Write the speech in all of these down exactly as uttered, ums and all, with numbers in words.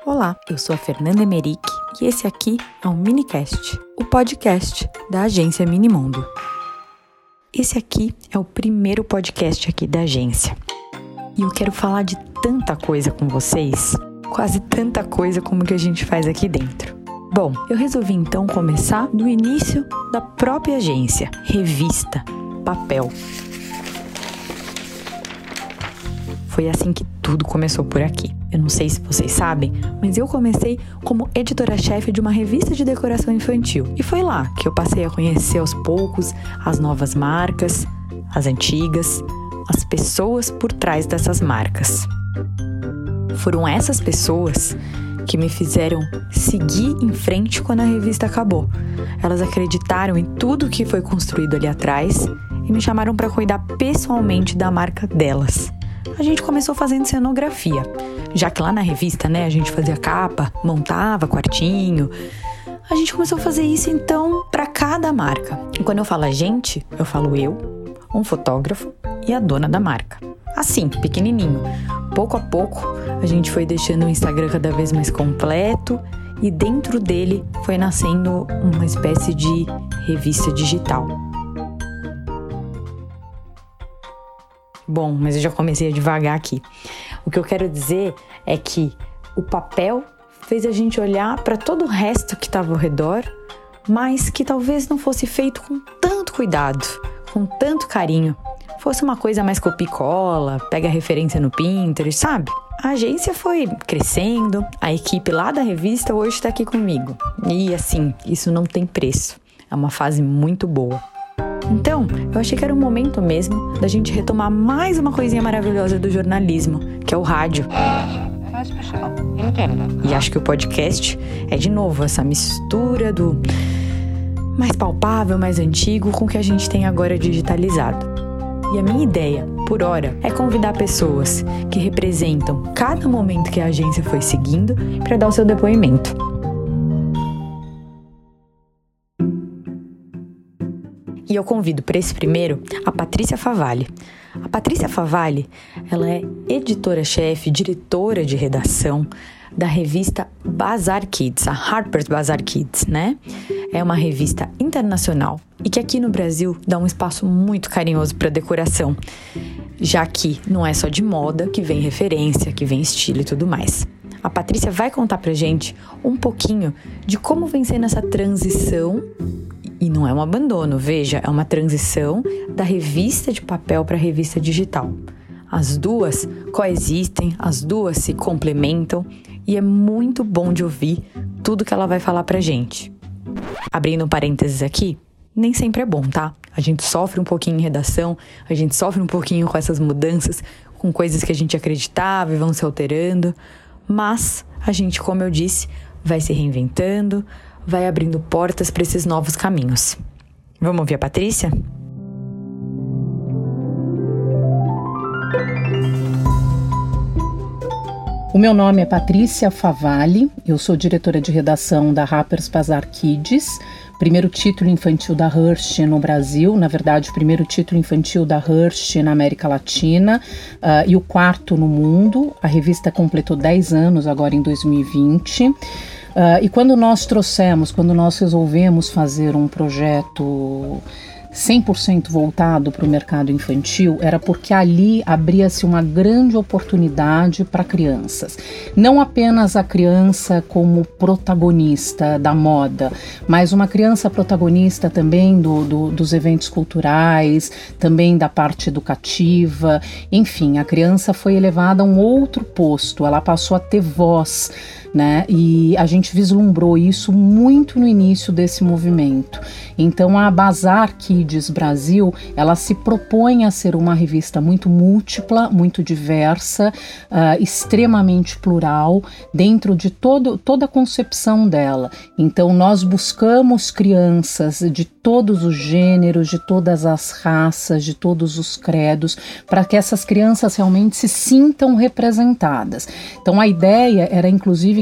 Olá, eu sou a Fernanda Emerick e esse aqui é o Minicast, o podcast da agência Minimundo. Esse aqui é o primeiro podcast aqui da agência. E eu quero falar de tanta coisa com vocês, quase tanta coisa como que a gente faz aqui dentro. Bom, eu resolvi então começar do início da própria agência, revista, papel. Foi assim que tudo começou por aqui. Eu não sei se vocês sabem, mas eu comecei como editora-chefe de uma revista de decoração infantil. E foi lá que eu passei a conhecer aos poucos as novas marcas, as antigas, as pessoas por trás dessas marcas. Foram essas pessoas que me fizeram seguir em frente quando a revista acabou. Elas acreditaram em tudo que foi construído ali atrás e me chamaram para cuidar pessoalmente da marca delas. A gente começou fazendo cenografia, já que lá na revista, né, a gente fazia capa, montava quartinho. A gente começou a fazer isso, então, para cada marca. E quando eu falo a gente, eu falo eu, um fotógrafo e a dona da marca. Assim, pequenininho. Pouco a pouco, a gente foi deixando o Instagram cada vez mais completo e dentro dele foi nascendo uma espécie de revista digital. Bom, mas eu já comecei a devagar aqui. O que eu quero dizer é que o papel fez a gente olhar para todo o resto que estava ao redor, mas que talvez não fosse feito com tanto cuidado, com tanto carinho. Fosse uma coisa mais copia e cola, pega referência no Pinterest, sabe? A agência foi crescendo, a equipe lá da revista hoje está aqui comigo. E assim, isso não tem preço. É uma fase muito boa. Então, eu achei que era o momento mesmo da gente retomar mais uma coisinha maravilhosa do jornalismo, que é o rádio. E acho que o podcast é, de novo, essa mistura do mais palpável, mais antigo, com o que a gente tem agora digitalizado. E a minha ideia, por hora, é convidar pessoas que representam cada momento que a agência foi seguindo para dar o seu depoimento. E eu convido para esse primeiro a Patrícia Favalli. A Patrícia Favalli, ela é editora-chefe, diretora de redação da revista Bazaar Kids, a Harper's Bazaar Kids, né? É uma revista internacional e que aqui no Brasil dá um espaço muito carinhoso para decoração, já que não é só de moda que vem referência, que vem estilo e tudo mais. A Patrícia vai contar pra gente um pouquinho de como vem sendo essa transição. E não é um abandono, veja, é uma transição da revista de papel para a revista digital. As duas coexistem, as duas se complementam e é muito bom de ouvir tudo que ela vai falar pra gente. Abrindo um parênteses aqui, nem sempre é bom, tá? A gente sofre um pouquinho em redação, a gente sofre um pouquinho com essas mudanças, com coisas que a gente acreditava e vão se alterando, mas a gente, como eu disse, vai se reinventando, vai abrindo portas para esses novos caminhos. Vamos ouvir a Patrícia? O meu nome é Patrícia Favalli, eu sou diretora de redação da Harper's Bazaar Kids, primeiro título infantil da Hearst no Brasil, na verdade o primeiro título infantil da Hearst na América Latina uh, e o quarto no mundo. A revista completou dez anos agora em dois mil e vinte. Uh, e quando nós trouxemos, quando nós resolvemos fazer um projeto cem por cento voltado para o mercado infantil, era porque ali abria-se uma grande oportunidade para crianças. Não apenas a criança como protagonista da moda, mas uma criança protagonista também do, do, dos eventos culturais, também da parte educativa. Enfim, a criança foi elevada a um outro posto, ela passou a ter voz, né? E a gente vislumbrou isso muito no início desse movimento. Então a Bazaar Kids Brasil, ela se propõe a ser uma revista muito múltipla, muito diversa, uh, extremamente plural, dentro de todo, toda a concepção dela. Então nós buscamos crianças de todos os gêneros, de todas as raças, de todos os credos, para que essas crianças realmente se sintam representadas. Então a ideia era inclusive que a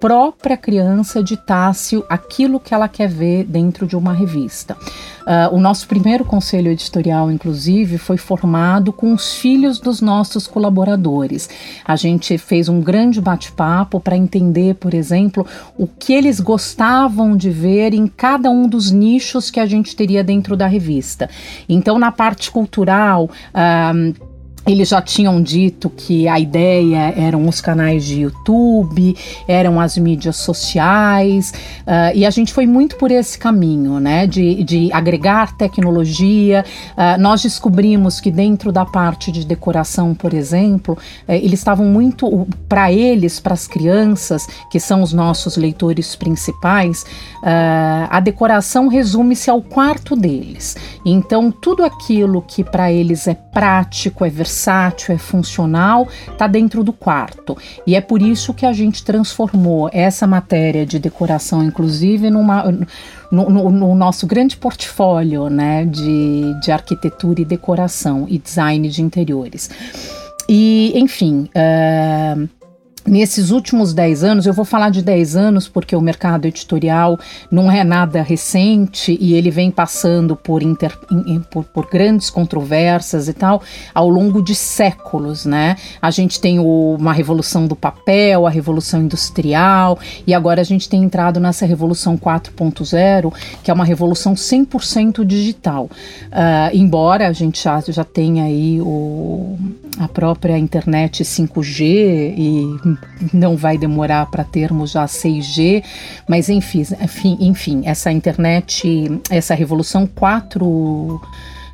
própria criança ditasse aquilo que ela quer ver dentro de uma revista. Uh, o nosso primeiro conselho editorial, inclusive, foi formado com os filhos dos nossos colaboradores. A gente fez um grande bate-papo para entender, por exemplo, o que eles gostavam de ver em cada um dos nichos que a gente teria dentro da revista. Então, na parte cultural, uh, eles já tinham dito que a ideia eram os canais de YouTube, eram as mídias sociais, uh, e a gente foi muito por esse caminho, né, de, de agregar tecnologia. Uh, nós descobrimos que dentro da parte de decoração, por exemplo, uh, eles estavam muito, para eles, para as crianças, que são os nossos leitores principais, uh, a decoração resume-se ao quarto deles. Então, tudo aquilo que para eles é prático, é versátil, versátil, é funcional, está dentro do quarto. E é por isso que a gente transformou essa matéria de decoração, inclusive, numa, no, no, no nosso grande portfólio, né, de, de arquitetura e decoração e design de interiores. E, enfim... Uh, Nesses últimos dez anos, eu vou falar de dez anos porque o mercado editorial não é nada recente e ele vem passando por, inter, por, por grandes controvérsias e tal ao longo de séculos, né? A gente tem o, uma revolução do papel, a revolução industrial, e agora a gente tem entrado nessa revolução quatro ponto zero, que é uma revolução cem por cento digital. Uh, embora a gente já, já tenha aí o, a própria internet cinco G e não vai demorar para termos já seis G, mas enfim, enfim, enfim, essa internet, essa revolução quatro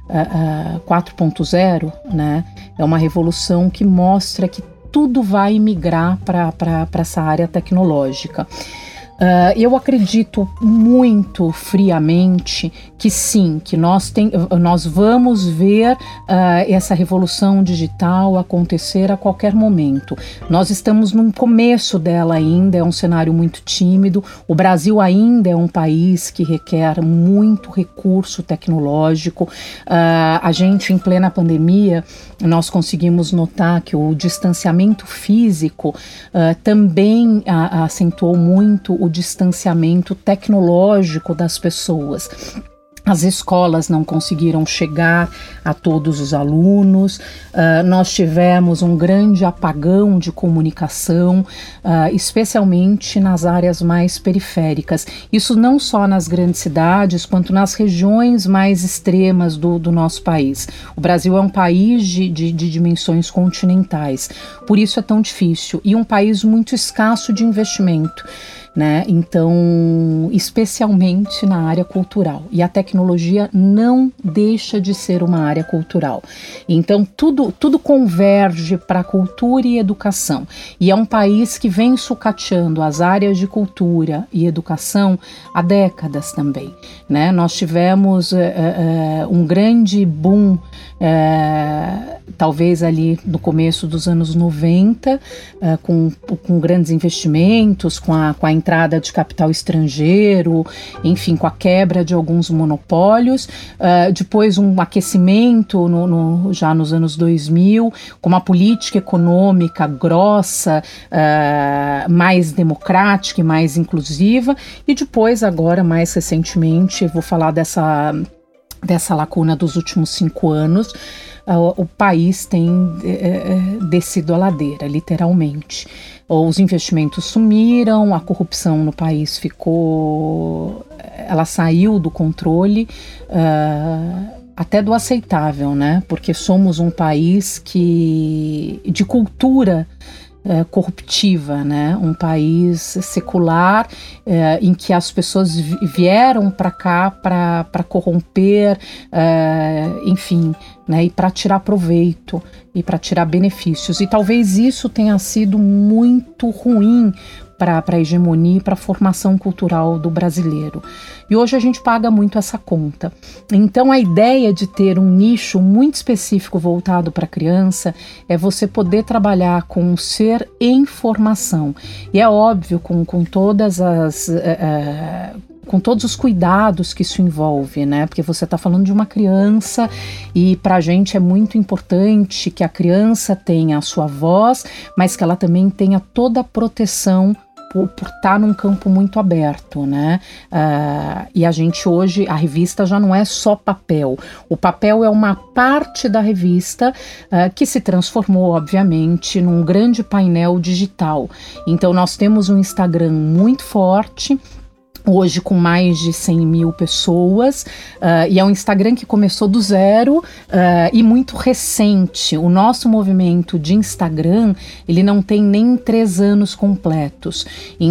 ponto zero, né, é uma revolução que mostra que tudo vai migrar para essa área tecnológica. Uh, eu acredito muito friamente que sim, que nós, tem, nós vamos ver uh, essa revolução digital acontecer a qualquer momento. Nós estamos no começo dela ainda, é um cenário muito tímido. O Brasil ainda é um país que requer muito recurso tecnológico. Uh, a gente, em plena pandemia, nós conseguimos notar que o distanciamento físico uh, também uh, acentuou muito o distanciamento tecnológico das pessoas. As escolas não conseguiram chegar a todos os alunos, uh, nós tivemos um grande apagão de comunicação, uh, especialmente nas áreas mais periféricas. Isso não só nas grandes cidades, quanto nas regiões mais extremas do, do nosso país. O Brasil é um país de, de, de dimensões continentais, por isso é tão difícil, e um país muito escasso de investimento. Né? Então, especialmente na área cultural. E a tecnologia não deixa de ser uma área cultural. Então, tudo, tudo converge para a cultura e educação. E é um país que vem sucateando as áreas de cultura e educação há décadas também. Né? Nós tivemos uh, uh, um grande boom, uh, talvez ali no começo dos anos noventa, uh, com, com grandes investimentos, com a, com a entrada de capital estrangeiro, enfim, com a quebra de alguns monopólios, uh, depois um aquecimento no, no, já nos anos dois mil, com uma política econômica grossa, uh, mais democrática e mais inclusiva, e depois agora, mais recentemente, vou falar dessa, dessa lacuna dos últimos cinco anos, uh, o país tem uh, descido a ladeira, literalmente. Os investimentos sumiram, a corrupção no país ficou, ela saiu do controle, uh, até do aceitável, né? Porque somos um país que, de cultura uh, corruptiva, né? Um país secular uh, em que as pessoas vieram para cá para corromper, uh, enfim, né? E para tirar proveito e para tirar benefícios. E talvez isso tenha sido muito ruim para a hegemonia e para a formação cultural do brasileiro. E hoje a gente paga muito essa conta. Então a ideia de ter um nicho muito específico voltado para a criança é você poder trabalhar com o ser em formação. E é óbvio, com, com todas as... Uh, uh, com todos os cuidados que isso envolve, né? Porque você está falando de uma criança e para a gente é muito importante que a criança tenha a sua voz, mas que ela também tenha toda a proteção por, por estar num campo muito aberto, né? Uh, e a gente hoje, a revista já não é só papel. O papel é uma parte da revista uh, que se transformou, obviamente, num grande painel digital. Então nós temos um Instagram muito forte, hoje com mais de cem mil pessoas, uh, e é um Instagram que começou do zero uh, e muito recente. O nosso movimento de Instagram, ele não tem nem três anos completos.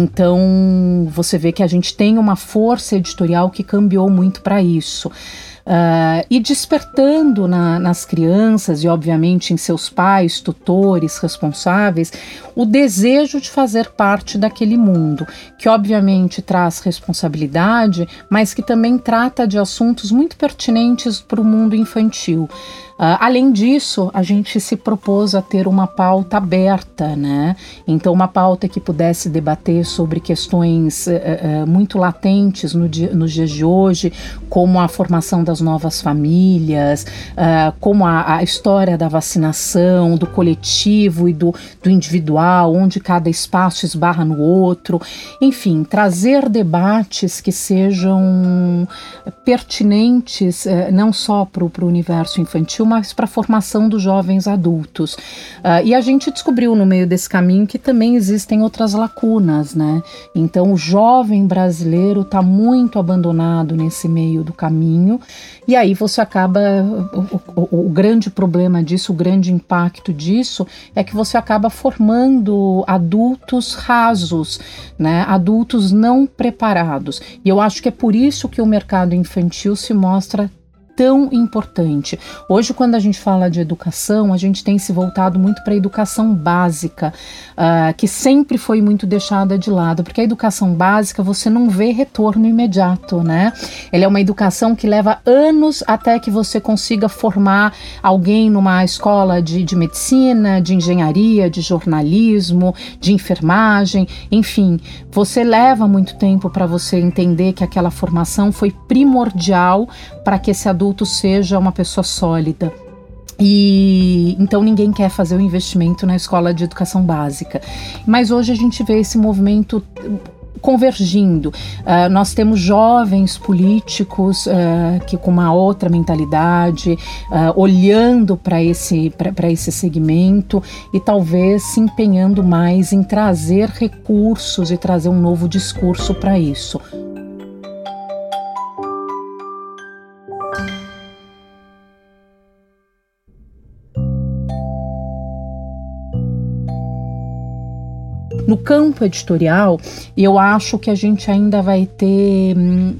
Então, você vê que a gente tem uma força editorial que cambiou muito para isso. Uh, e despertando na, nas crianças e obviamente em seus pais, tutores, responsáveis, o desejo de fazer parte daquele mundo, que obviamente traz responsabilidade, mas que também trata de assuntos muito pertinentes para o mundo infantil. Uh, além disso, a gente se propôs a ter uma pauta aberta, né? Então, uma pauta que pudesse debater sobre questões uh, uh, muito latentes no dia, nos dias de hoje, como a formação das novas famílias, uh, como a, a história da vacinação, do coletivo e do, do individual, onde cada espaço esbarra no outro. Enfim, trazer debates que sejam pertinentes uh, não só para o universo infantil, mas para a formação dos jovens adultos. Uh, e a gente descobriu no meio desse caminho que também existem outras lacunas, né? Então o jovem brasileiro está muito abandonado nesse meio do caminho, e aí você acaba, o, o, o grande problema disso, o grande impacto disso é que você acaba formando adultos rasos, né? Adultos não preparados. E eu acho que é por isso que o mercado infantil se mostra tão importante. Hoje, quando a gente fala de educação, a gente tem se voltado muito para a educação básica, uh, que sempre foi muito deixada de lado, porque a educação básica você não vê retorno imediato, né? Ela é uma educação que leva anos até que você consiga formar alguém numa escola de, de medicina, de engenharia, de jornalismo, de enfermagem, enfim, você leva muito tempo para você entender que aquela formação foi primordial para que esse adulto seja uma pessoa sólida. E então ninguém quer fazer o investimento na escola de educação básica. Mas hoje a gente vê esse movimento convergindo. Uh, nós temos jovens políticos uh, que com uma outra mentalidade, uh, olhando para esse, para esse segmento e talvez se empenhando mais em trazer recursos e trazer um novo discurso para isso. No campo editorial, eu acho que a gente ainda vai ter,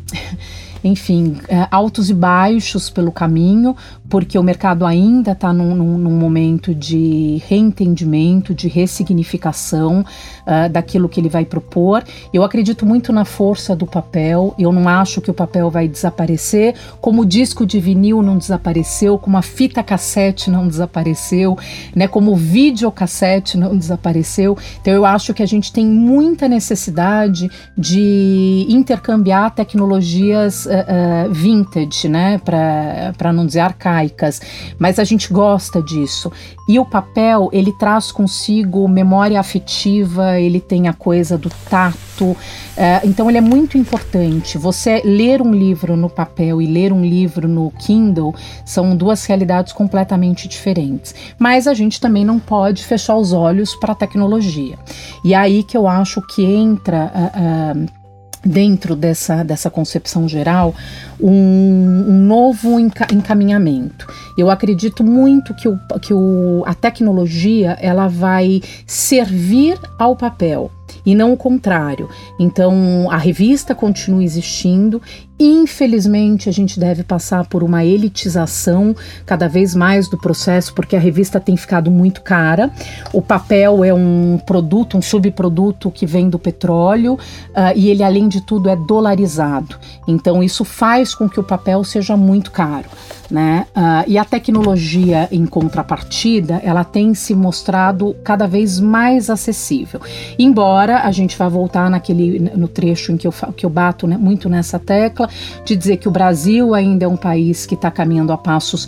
enfim, altos e baixos pelo caminho, porque o mercado ainda está num, num, num momento de reentendimento, de ressignificação uh, daquilo que ele vai propor. Eu acredito muito na força do papel, eu não acho que o papel vai desaparecer, como o disco de vinil não desapareceu, como a fita cassete não desapareceu, né, como o videocassete não desapareceu. Então eu acho que a gente tem muita necessidade de intercambiar tecnologias uh, uh, vintage, né, para não dizer arcaicas, mas a gente gosta disso. E o papel, ele traz consigo memória afetiva, ele tem a coisa do tato, é, então ele é muito importante. Você ler um livro no papel e ler um livro no Kindle são duas realidades completamente diferentes. Mas a gente também não pode fechar os olhos para a tecnologia. E é aí que eu acho que entra Uh, uh, dentro dessa, dessa concepção geral, um, um novo enca- encaminhamento. Eu acredito muito que, o, que o, a tecnologia ela vai servir ao papel e não o contrário. Então, a revista continua existindo. Infelizmente, a gente deve passar por uma elitização cada vez mais do processo, porque a revista tem ficado muito cara. O papel é um produto, um subproduto que vem do petróleo, uh, e ele, além de tudo, é dolarizado. Então, isso faz com que o papel seja muito caro, né? Uh, e a tecnologia, em contrapartida, ela tem se mostrado cada vez mais acessível. Embora a gente vá voltar naquele, no trecho em que eu, que eu bato, né, muito nessa tecla, de dizer que o Brasil ainda é um país que está caminhando a passos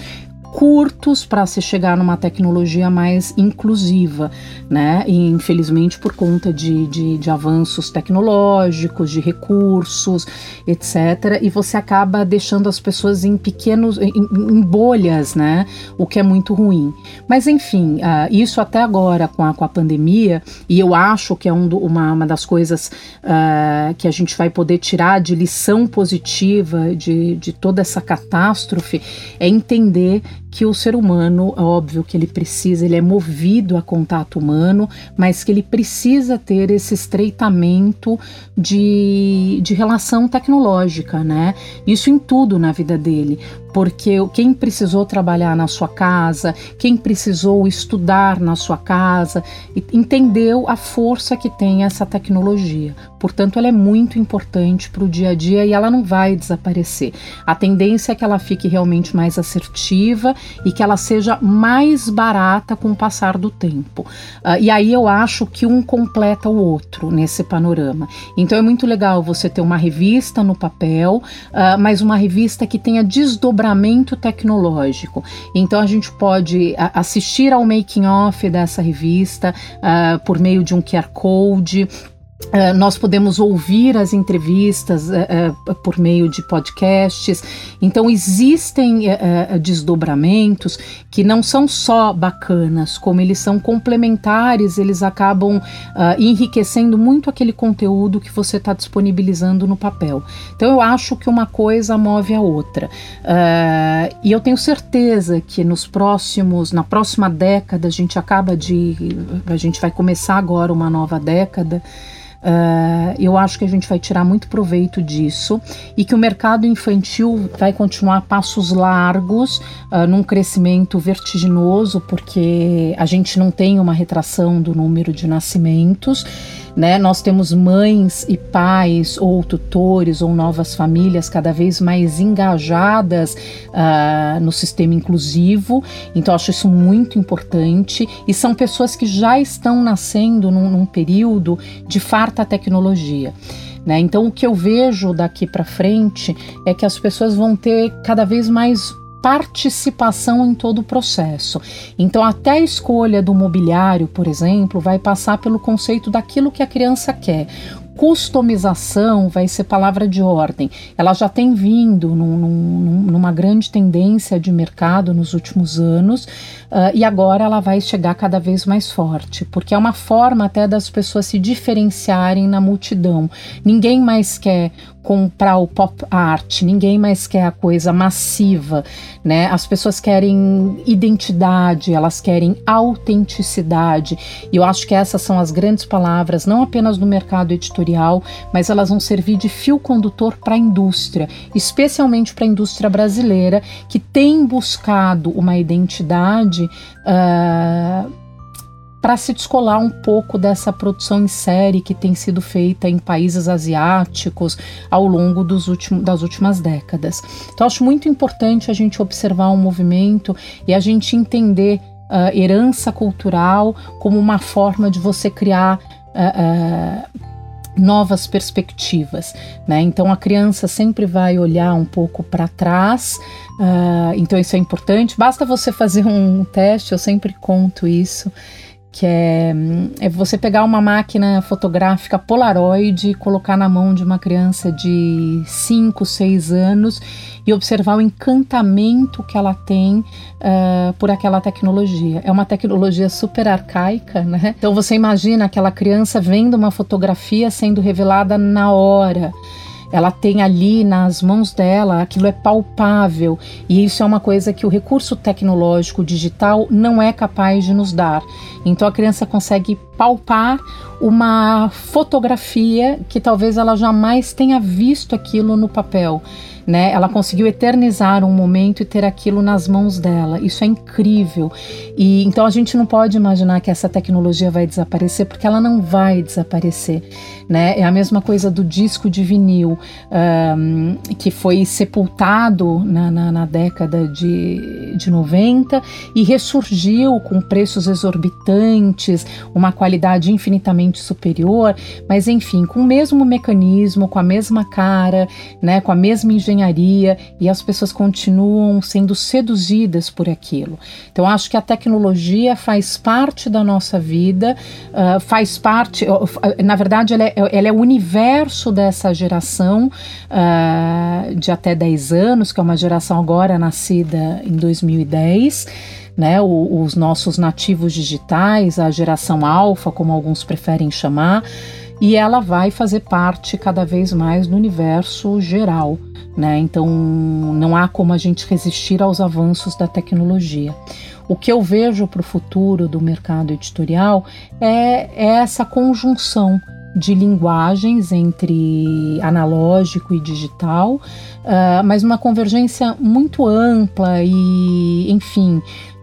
curtos para se chegar numa tecnologia mais inclusiva, né? E, infelizmente, por conta de, de, de avanços tecnológicos, de recursos, etcétera. E você acaba deixando as pessoas em pequenos, em, em bolhas, né? O que é muito ruim. Mas, enfim, uh, isso até agora com a, com a pandemia, e eu acho que é um do, uma, uma das coisas uh, que a gente vai poder tirar de lição positiva de, de toda essa catástrofe, é entender que o ser humano, é óbvio que ele precisa, ele é movido a contato humano, mas que ele precisa ter esse estreitamento de, de relação tecnológica, né? Isso em tudo na vida dele, porque quem precisou trabalhar na sua casa, quem precisou estudar na sua casa, entendeu a força que tem essa tecnologia. Portanto, ela é muito importante para o dia a dia e ela não vai desaparecer. A tendência é que ela fique realmente mais assertiva e que ela seja mais barata com o passar do tempo. Uh, e aí eu acho que um completa o outro nesse panorama. Então é muito legal você ter uma revista no papel, uh, mas uma revista que tenha desdobramento tecnológico. Então a gente pode uh, assistir ao making of dessa revista uh, por meio de um Q R Code. Uh, nós podemos ouvir as entrevistas uh, uh, por meio de podcasts. Então existem uh, uh, desdobramentos que não são só bacanas, como eles são complementares, eles acabam uh, enriquecendo muito aquele conteúdo que você está disponibilizando no papel. Então eu acho que uma coisa move a outra. Uh, e eu tenho certeza que nos próximos, na próxima década, a gente acaba de, a gente vai começar agora uma nova década. Uh, eu acho que a gente vai tirar muito proveito disso e que o mercado infantil vai continuar a passos largos, uh, num crescimento vertiginoso, porque a gente não tem uma retração do número de nascimentos, né? Nós temos mães e pais ou tutores ou novas famílias cada vez mais engajadas uh, no sistema inclusivo, então acho isso muito importante, e são pessoas que já estão nascendo num, num período de farta tecnologia. Né? Então o que eu vejo daqui para frente é que as pessoas vão ter cada vez mais participação em todo o processo. Então até a escolha do mobiliário, por exemplo, vai passar pelo conceito daquilo que a criança quer. Customização vai ser palavra de ordem. Ela já tem vindo num, num, numa grande tendência de mercado nos últimos anos, uh, e agora ela vai chegar cada vez mais forte, porque é uma forma até das pessoas se diferenciarem na multidão. Ninguém mais quer comprar o pop art, ninguém mais quer a coisa massiva, né? As pessoas querem identidade, elas querem autenticidade, e eu acho que essas são as grandes palavras, não apenas no mercado editorial, mas elas vão servir de fio condutor para a indústria, especialmente para a indústria brasileira, que tem buscado uma identidade uh, para se descolar um pouco dessa produção em série que tem sido feita em países asiáticos ao longo dos últimos, das últimas décadas. Então acho muito importante a gente observar o movimento e a gente entender uh, herança cultural como uma forma de você criar uh, uh, novas perspectivas, né? Então a criança sempre vai olhar um pouco para trás, uh, então isso é importante. Basta você fazer um teste, eu sempre conto isso, que é, é você pegar uma máquina fotográfica Polaroid e colocar na mão de uma criança de cinco, seis anos e observar o encantamento que ela tem uh, por aquela tecnologia. É uma tecnologia super arcaica, né? Então você imagina aquela criança vendo uma fotografia sendo revelada na hora. Ela tem ali nas mãos dela, aquilo é palpável, e isso é uma coisa que o recurso tecnológico digital não é capaz de nos dar. Então a criança consegue palpar uma fotografia que talvez ela jamais tenha visto aquilo no papel, né? Ela conseguiu eternizar um momento e ter aquilo nas mãos dela. Isso é incrível. E então a gente não pode imaginar que essa tecnologia vai desaparecer, porque ela não vai desaparecer, né? É a mesma coisa do disco de vinil, um, que foi sepultado na, na, na década de, de noventa e ressurgiu com preços exorbitantes, uma qualidade infinitamente superior, mas enfim, com o mesmo mecanismo, com a mesma cara, né? Com a mesma engenharia engenharia e as pessoas continuam sendo seduzidas por aquilo. Então acho que a tecnologia faz parte da nossa vida, uh, faz parte, uh, na verdade ela é, ela é o universo dessa geração uh, de até dez anos, que é uma geração agora nascida em dois mil e dez, né, o, os nossos nativos digitais, a geração alfa, como alguns preferem chamar, e ela vai fazer parte cada vez mais do universo geral, né? Então não há como a gente resistir aos avanços da tecnologia. O que eu vejo para o futuro do mercado editorial é, é essa conjunção de linguagens entre analógico e digital, uh, mas uma convergência muito ampla e, enfim,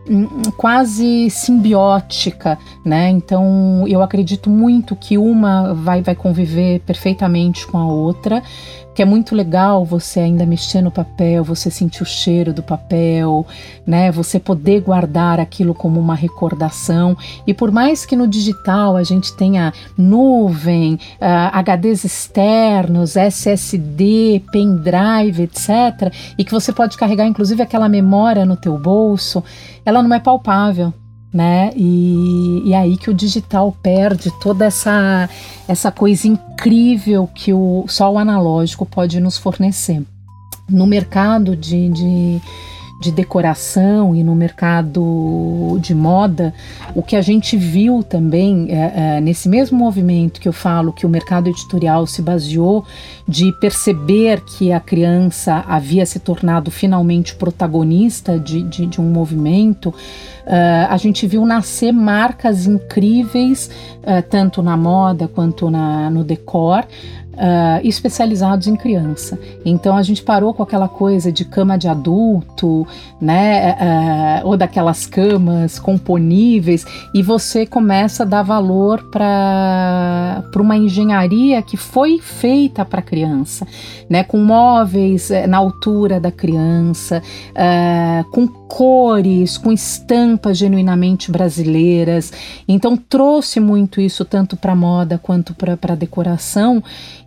quase simbiótica, né? Então eu acredito muito que uma vai, vai conviver perfeitamente com a outra, que é muito legal você ainda mexer no papel, você sentir o cheiro do papel, né? Você poder guardar aquilo como uma recordação. E por mais que no digital a gente tenha nuvem, uh, H Ds externos, S S D, pendrive, etcétera, e que você pode carregar inclusive aquela memória no teu bolso, ela não é palpável, né? E, e aí que o digital perde toda essa, essa coisa incrível que o, só o analógico pode nos fornecer. No mercado de, de, de decoração e no mercado de moda, o que a gente viu também é, é, nesse mesmo movimento que eu falo que o mercado editorial se baseou de perceber que a criança havia se tornado finalmente protagonista de, de, de um movimento, uh, a gente viu nascer marcas incríveis, uh, tanto na moda quanto na, no decor, Uh, especializados em criança. Então a gente parou com aquela coisa de cama de adulto, né, uh, ou daquelas camas componíveis, e você começa a dar valor para para uma engenharia que foi feita para a criança, né, com móveis uh, na altura da criança, uh, com cores, com estampas genuinamente brasileiras. Então trouxe muito isso tanto para moda quanto para a decoração.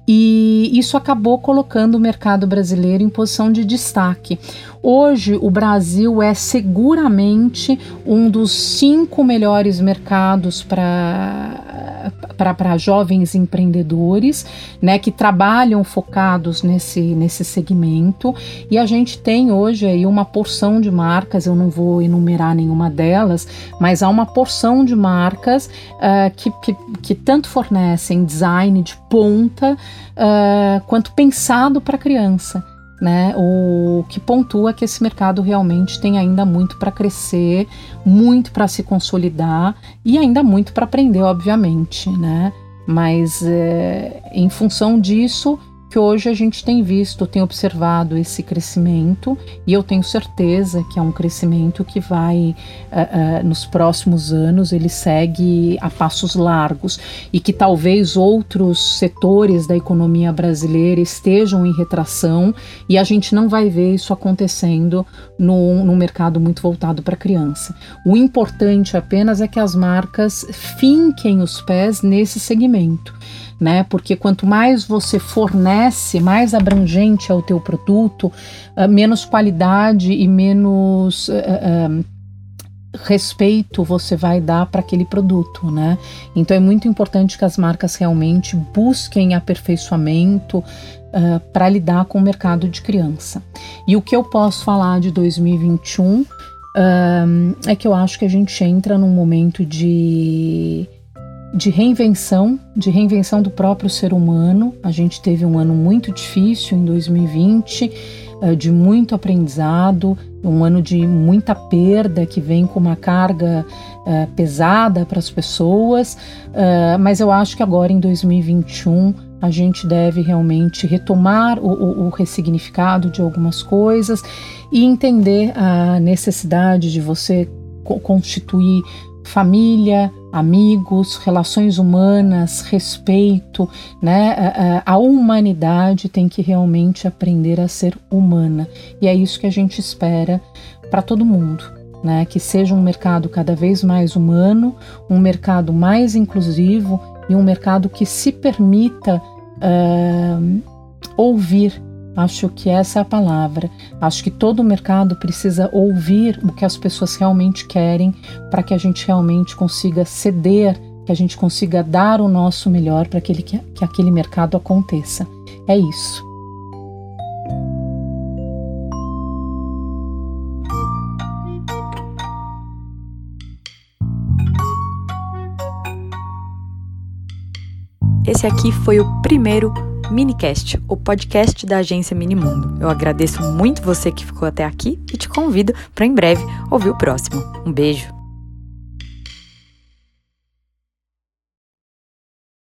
E isso acabou colocando o mercado brasileiro em posição de destaque. Hoje, o Brasil é seguramente um dos cinco melhores mercados para para jovens empreendedores, né, que trabalham focados nesse, nesse segmento. E a gente tem hoje aí uma porção de marcas, eu não vou enumerar nenhuma delas, mas há uma porção de marcas uh, que, que, que tanto fornecem design de ponta, Uh, quanto pensado para a criança, né? O que pontua que esse mercado realmente tem ainda muito para crescer, muito para se consolidar e ainda muito para aprender, obviamente, né? Mas é, em função disso que hoje a gente tem visto, tem observado esse crescimento, e eu tenho certeza que é um crescimento que vai, uh, uh, nos próximos anos, ele segue a passos largos, e que talvez outros setores da economia brasileira estejam em retração, e a gente não vai ver isso acontecendo num, num mercado muito voltado para a criança. O importante apenas é que as marcas finquem os pés nesse segmento, né? Porque quanto mais você fornece, mais abrangente é o teu produto, uh, menos qualidade e menos uh, uh, respeito você vai dar para aquele produto, né? Então é muito importante que as marcas realmente busquem aperfeiçoamento uh, para lidar com o mercado de criança. E o que eu posso falar de dois mil e vinte e um uh, é que eu acho que a gente entra num momento de de reinvenção, de reinvenção do próprio ser humano. A gente teve um ano muito difícil em dois mil e vinte, de muito aprendizado, um ano de muita perda que vem com uma carga uh, pesada para as pessoas, uh, mas eu acho que agora em dois mil e vinte e um a gente deve realmente retomar o, o, o ressignificado de algumas coisas e entender a necessidade de você co- constituir família, amigos, relações humanas, respeito, né? A, a humanidade tem que realmente aprender a ser humana, e é isso que a gente espera para todo mundo, né? Que seja um mercado cada vez mais humano, um mercado mais inclusivo e um mercado que se permita uh, ouvir Acho que essa é a palavra. Acho que todo o mercado precisa ouvir o que as pessoas realmente querem para que a gente realmente consiga ceder, que a gente consiga dar o nosso melhor para aquele, que, que aquele mercado aconteça. É isso. Esse aqui foi o primeiro Minicast, o podcast da agência Minimundo. Eu agradeço muito você que ficou até aqui e te convido para em breve ouvir o próximo. Um beijo!